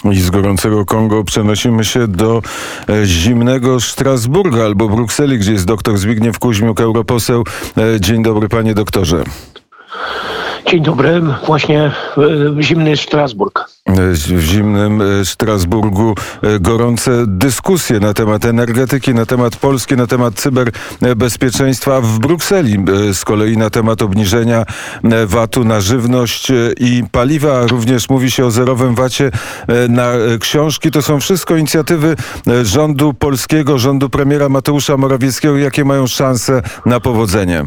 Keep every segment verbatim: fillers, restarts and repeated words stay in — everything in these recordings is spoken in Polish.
I z gorącego Kongo przenosimy się do zimnego Strasburga albo Brukseli, gdzie jest doktor Zbigniew Kuźmiuk, europoseł. Dzień dobry, panie doktorze. Dzień dobry. Właśnie zimny Strasburg. W zimnym Strasburgu gorące dyskusje na temat energetyki, na temat Polski, na temat cyberbezpieczeństwa. W Brukseli z kolei na temat obniżenia vatu na żywność i paliwa. Również mówi się o zerowym vacie na książki. To są wszystko inicjatywy rządu polskiego, rządu premiera Mateusza Morawieckiego. Jakie mają szanse na powodzenie?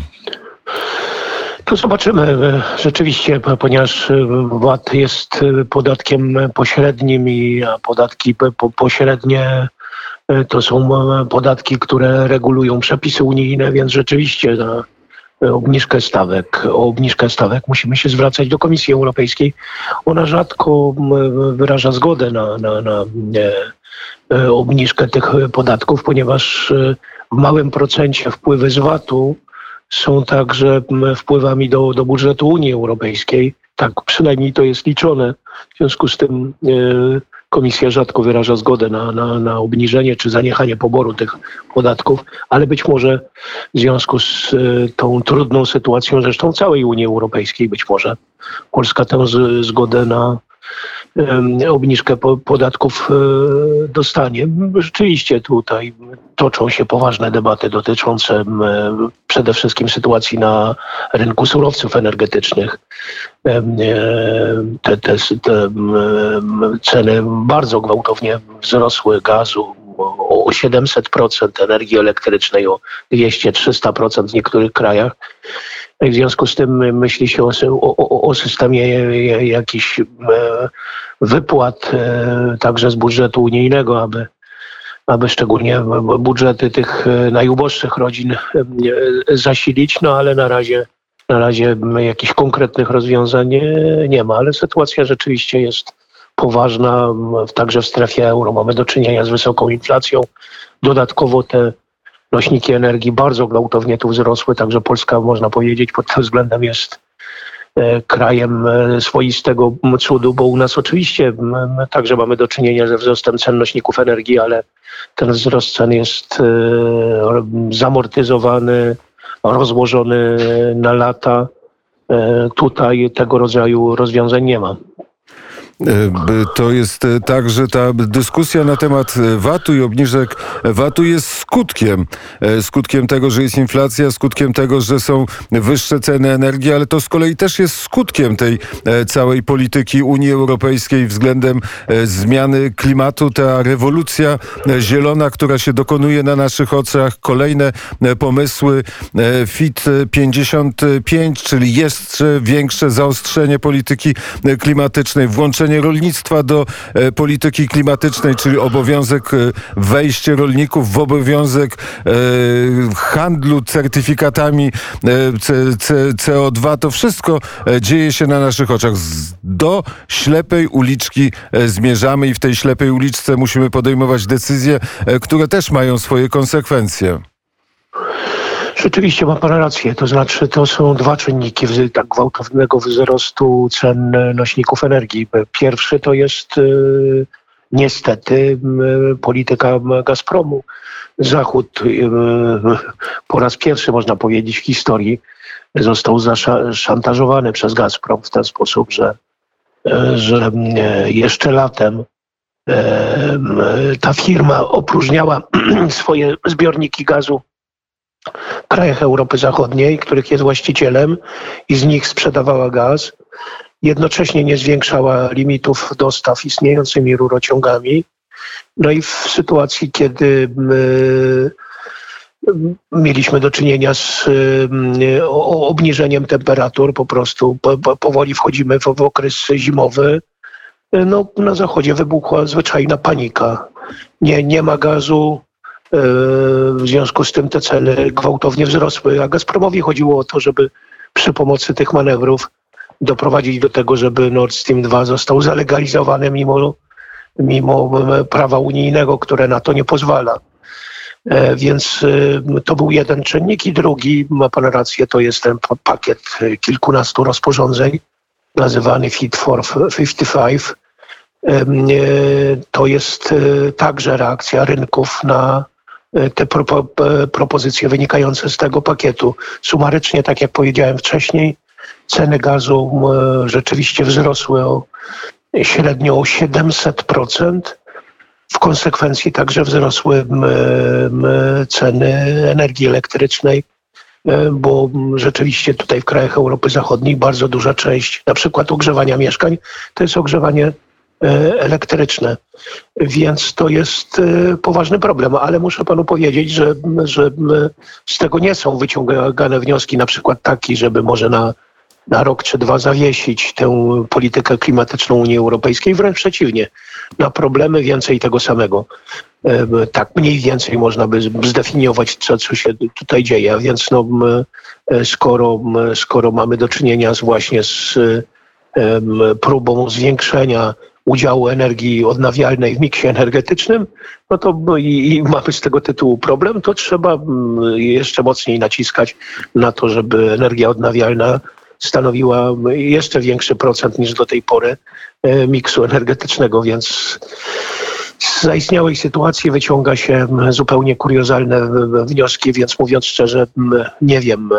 To zobaczymy. Rzeczywiście, ponieważ V A T jest podatkiem pośrednim i podatki po, pośrednie to są podatki, które regulują przepisy unijne, więc rzeczywiście na obniżkę stawek, o obniżkę stawek musimy się zwracać do Komisji Europejskiej. Ona rzadko wyraża zgodę na, na, na obniżkę tych podatków, ponieważ w małym procencie wpływy z vatu są także wpływami do, do budżetu Unii Europejskiej. Tak przynajmniej to jest liczone. W związku z tym e, Komisja rzadko wyraża zgodę na, na, na obniżenie czy zaniechanie poboru tych podatków, ale być może w związku z e, tą trudną sytuacją zresztą całej Unii Europejskiej, być może Polska tę z, zgodę na e, obniżkę po, podatków e, dostanie. Rzeczywiście tutaj toczą się poważne debaty dotyczące e, przede wszystkim sytuacji na rynku surowców energetycznych. E, te, te, te ceny bardzo gwałtownie wzrosły gazu o siedemset procent, energii elektrycznej o dwieście trzysta procent w niektórych krajach. W związku z tym myśli się o, o, o systemie jakichś wypłat także z budżetu unijnego, aby, aby szczególnie budżety tych najuboższych rodzin zasilić, no ale na razie, na razie jakichś konkretnych rozwiązań nie, nie ma, ale sytuacja rzeczywiście jest poważna, także w strefie euro. Mamy do czynienia z wysoką inflacją. Dodatkowo te nośniki energii bardzo gwałtownie tu wzrosły, także Polska, można powiedzieć, pod tym względem jest krajem swoistego cudu, bo u nas oczywiście także mamy do czynienia ze wzrostem cen nośników energii, ale ten wzrost cen jest zamortyzowany, rozłożony na lata. Tutaj tego rodzaju rozwiązań nie ma. To jest tak, że ta dyskusja na temat vatu i obniżek vatu jest skutkiem. Skutkiem tego, że jest inflacja, skutkiem tego, że są wyższe ceny energii, ale to z kolei też jest skutkiem tej całej polityki Unii Europejskiej względem zmiany klimatu. Ta rewolucja zielona, która się dokonuje na naszych oczach, kolejne pomysły Fit pięćdziesiąt pięć, czyli jeszcze większe zaostrzenie polityki klimatycznej, włączenie rolnictwa do e, polityki klimatycznej, czyli obowiązek e, wejście rolników w obowiązek e, handlu certyfikatami e, C, C, C O dwa. To wszystko e, dzieje się na naszych oczach. Z, do ślepej uliczki e, zmierzamy i w tej ślepej uliczce musimy podejmować decyzje, e, które też mają swoje konsekwencje. Rzeczywiście ma pan rację, to znaczy to są dwa czynniki tak gwałtownego wzrostu cen nośników energii. Pierwszy to jest y, niestety y, polityka Gazpromu. Zachód y, po raz pierwszy, można powiedzieć, w historii został zaszantażowany przez Gazprom w ten sposób, że, y, że y, jeszcze latem y, y, ta firma opróżniała swoje zbiorniki gazu w krajach Europy Zachodniej, których jest właścicielem i z nich sprzedawała gaz. Jednocześnie nie zwiększała limitów dostaw istniejącymi rurociągami. No i w sytuacji, kiedy my mieliśmy do czynienia z y, o, obniżeniem temperatur, po prostu po, po, powoli wchodzimy w, w okres zimowy, no na Zachodzie wybuchła zwyczajna panika. Nie, nie ma gazu. W związku z tym te ceny gwałtownie wzrosły, a Gazpromowi chodziło o to, żeby przy pomocy tych manewrów doprowadzić do tego, żeby Nord Stream dwa został zalegalizowany mimo, mimo prawa unijnego, które na to nie pozwala. Więc to był jeden czynnik i drugi, ma pan rację, to jest ten pakiet kilkunastu rozporządzeń nazywany Fit for pięćdziesiąt pięć. To jest także reakcja rynków na te propo, propozycje wynikające z tego pakietu. Sumarycznie, tak jak powiedziałem wcześniej, ceny gazu rzeczywiście wzrosły o średnio o siedemset procent. W konsekwencji także wzrosły ceny energii elektrycznej, bo rzeczywiście tutaj w krajach Europy Zachodniej bardzo duża część na przykład ogrzewania mieszkań to jest ogrzewanie elektryczne, więc to jest poważny problem, ale muszę panu powiedzieć, że, że z tego nie są wyciągane wnioski na przykład taki, żeby może na, na rok czy dwa zawiesić tę politykę klimatyczną Unii Europejskiej, wręcz przeciwnie, na problemy więcej tego samego. Tak mniej więcej można by zdefiniować, co, co się tutaj dzieje, a więc no, skoro, skoro mamy do czynienia z właśnie z próbą zwiększenia udziału energii odnawialnej w miksie energetycznym, no to i, i mamy z tego tytułu problem, to trzeba jeszcze mocniej naciskać na to, żeby energia odnawialna stanowiła jeszcze większy procent niż do tej pory miksu energetycznego, więc z zaistniałej sytuacji wyciąga się zupełnie kuriozalne wnioski, więc mówiąc szczerze, nie wiem,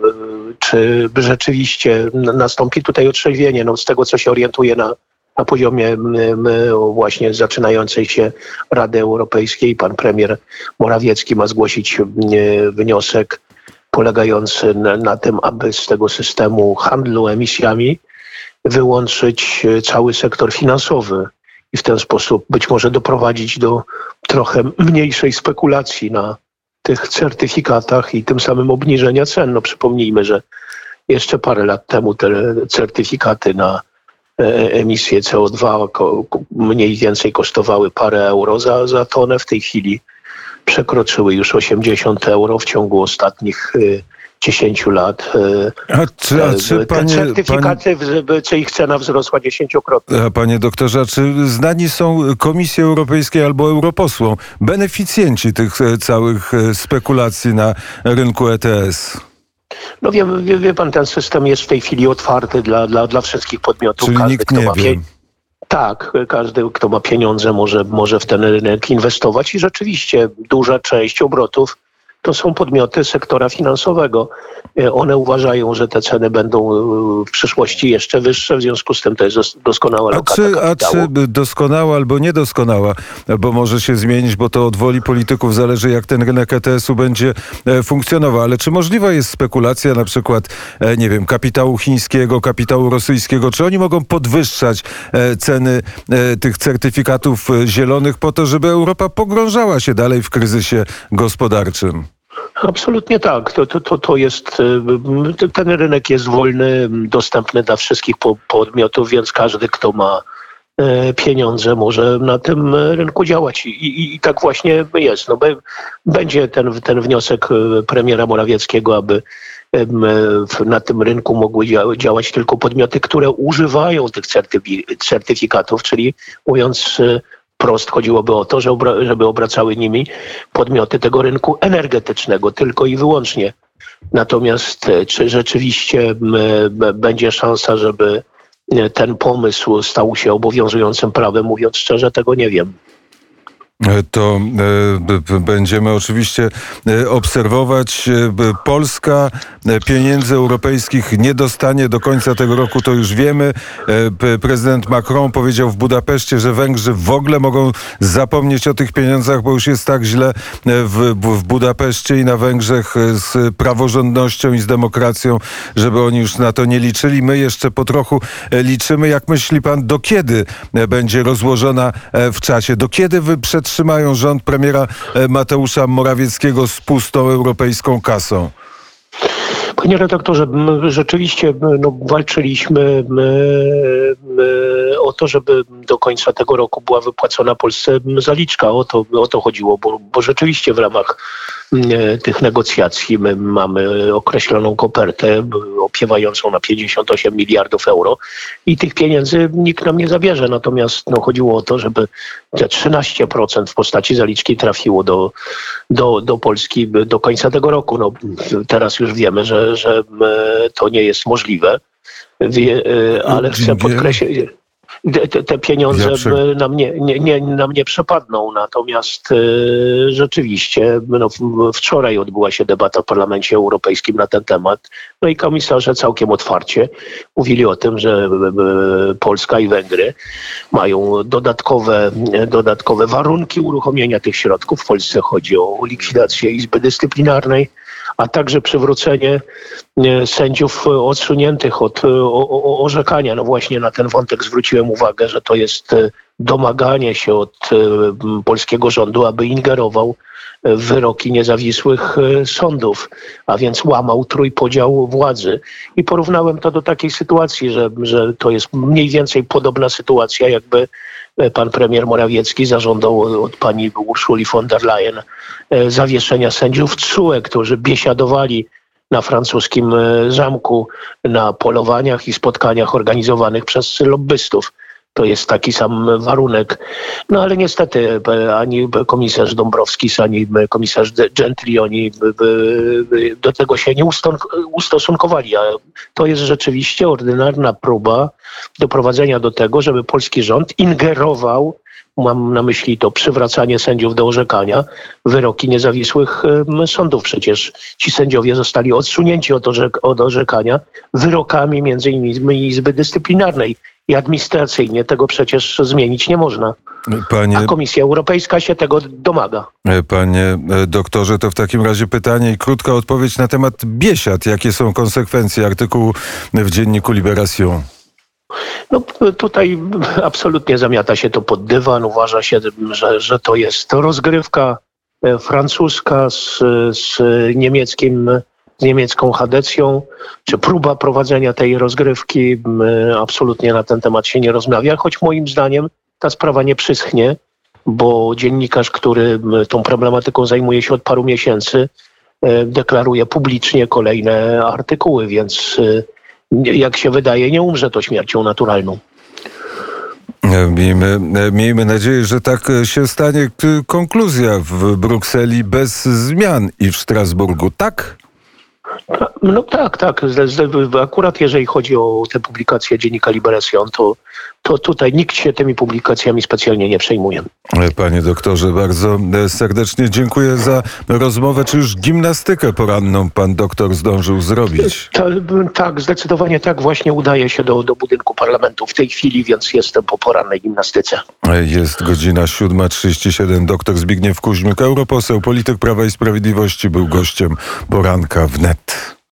czy rzeczywiście nastąpi tutaj otrzeźwienie. No, z tego, co się orientuje na, na poziomie właśnie zaczynającej się Rady Europejskiej, pan premier Morawiecki ma zgłosić wniosek polegający na, na tym, aby z tego systemu handlu emisjami wyłączyć cały sektor finansowy i w ten sposób być może doprowadzić do trochę mniejszej spekulacji na tych certyfikatach i tym samym obniżenia cen. No przypomnijmy, że jeszcze parę lat temu te certyfikaty na emisję C O dwa mniej więcej kosztowały parę euro za, za tonę. W tej chwili przekroczyły już osiemdziesiąt euro w ciągu ostatnich dziesięciu lat. A czy, a czy te panie, certyfikaty, panie, czy ich cena wzrosła dziesięciokrotnie. A panie doktorze, czy znani są Komisji Europejskiej albo europosłom beneficjenci tych całych spekulacji na rynku E T S? No wie, wie, wie pan, ten system jest w tej chwili otwarty dla, dla, dla wszystkich podmiotów. Czyli każdy, nikt kto nie ma wie. Pie... Tak, każdy, kto ma pieniądze, może, może w ten rynek inwestować i rzeczywiście duża część obrotów to są podmioty sektora finansowego. One uważają, że te ceny będą w przyszłości jeszcze wyższe, w związku z tym to jest doskonała lokata kapitału. A czy doskonała albo niedoskonała, bo może się zmienić, bo to od woli polityków zależy, jak ten rynek E T S-u będzie funkcjonował. Ale czy możliwa jest spekulacja na przykład, nie wiem, kapitału chińskiego, kapitału rosyjskiego? Czy oni mogą podwyższać ceny tych certyfikatów zielonych po to, żeby Europa pogrążała się dalej w kryzysie gospodarczym? Absolutnie tak. To, to, to jest, ten rynek jest wolny, dostępny dla wszystkich podmiotów, więc każdy, kto ma pieniądze, może na tym rynku działać. I, i, i tak właśnie jest. No, będzie ten, ten wniosek premiera Morawieckiego, aby na tym rynku mogły działać tylko podmioty, które używają tych certyfikatów, czyli mówiąc prost, chodziłoby o to, żeby obracały nimi podmioty tego rynku energetycznego tylko i wyłącznie. Natomiast czy rzeczywiście będzie szansa, żeby ten pomysł stał się obowiązującym prawem? Mówiąc szczerze, tego nie wiem. To e, będziemy oczywiście obserwować. Polska pieniędzy europejskich nie dostanie do końca tego roku, to już wiemy. E, prezydent Macron powiedział w Budapeszcie, że Węgrzy w ogóle mogą zapomnieć o tych pieniądzach, bo już jest tak źle w, w Budapeszcie i na Węgrzech z praworządnością i z demokracją, żeby oni już na to nie liczyli. My jeszcze po trochu liczymy. Jak myśli pan, do kiedy będzie rozłożona w czasie? Do kiedy wy przed trzymają rząd premiera Mateusza Morawieckiego z pustą europejską kasą? Panie redaktorze, rzeczywiście no, walczyliśmy o to, żeby do końca tego roku była wypłacona Polsce zaliczka. O to, o to chodziło, bo, bo rzeczywiście w ramach tych negocjacji my mamy określoną kopertę opiewającą na pięćdziesiąt osiem miliardów euro i tych pieniędzy nikt nam nie zabierze. Natomiast no, chodziło o to, żeby te trzynaście procent w postaci zaliczki trafiło do, do, do Polski do końca tego roku. No, teraz już wiemy, że, że to nie jest możliwe, Wie, ale chcę podkreślić... te, te pieniądze Ja przy- nam, nie, nie, nie, nam nie przepadną. Natomiast y, rzeczywiście no, w- wczoraj odbyła się debata w Parlamencie Europejskim na ten temat. No i komisarze całkiem otwarcie mówili o tym, że y, Polska i Węgry mają dodatkowe, dodatkowe warunki uruchomienia tych środków. W Polsce chodzi o likwidację Izby Dyscyplinarnej, a także przywrócenie e, sędziów odsuniętych od o, o, orzekania. No właśnie na ten wątek zwróciłem uwagę, że to jest e, domaganie się od e, m, polskiego rządu, aby ingerował w wyroki niezawisłych e, sądów, a więc łamał trójpodział władzy. I porównałem to do takiej sytuacji, że, że to jest mniej więcej podobna sytuacja, jakby e, pan premier Morawiecki zażądał od pani Urszuli von der Leyen e, zawieszenia sędziów T S U E, którzy biesiadowali na francuskim e, zamku na polowaniach i spotkaniach organizowanych przez lobbystów. To jest taki sam warunek. No ale niestety e, ani komisarz Dąbrowskis, ani komisarz Gentiloni e, e, do tego się nie uston- ustosunkowali. A to jest rzeczywiście ordynarna próba doprowadzenia do tego, żeby polski rząd ingerował, mam na myśli to przywracanie sędziów do orzekania, wyroki niezawisłych em, sądów. Przecież ci sędziowie zostali odsunięci od, orzek- od orzekania wyrokami między innymi Izby Dyscyplinarnej i administracyjnie. Tego przecież zmienić nie można. Panie, A Komisja Europejska się tego domaga. panie doktorze, to w takim razie pytanie i krótka odpowiedź na temat biesiad. Jakie są konsekwencje artykułu w dzienniku Libération? No tutaj absolutnie zamiata się to pod dywan. Uważa się, że, że to jest rozgrywka e, francuska z, z niemieckim, z niemiecką chadecją, czy próba prowadzenia tej rozgrywki. M, Absolutnie na ten temat się nie rozmawia, choć moim zdaniem ta sprawa nie przyschnie, bo dziennikarz, który m, tą problematyką zajmuje się od paru miesięcy, e, deklaruje publicznie kolejne artykuły, więc e, jak się wydaje, nie umrze to śmiercią naturalną. Miejmy, miejmy nadzieję, że tak się stanie. Konkluzja w Brukseli bez zmian i w Strasburgu, tak? No tak, tak. Z- z- Akurat jeżeli chodzi o te publikacje dziennika Libération, to, to tutaj nikt się tymi publikacjami specjalnie nie przejmuje. Panie doktorze, bardzo serdecznie dziękuję za rozmowę. Czy już gimnastykę poranną pan doktor zdążył zrobić? Ta, tak, zdecydowanie tak. Właśnie udaje się do, do budynku parlamentu w tej chwili, więc jestem po porannej gimnastyce. Jest godzina siódma trzydzieści siedem. Doktor Zbigniew Kuźmiuk, europoseł, polityk Prawa i Sprawiedliwości, był gościem poranka w net.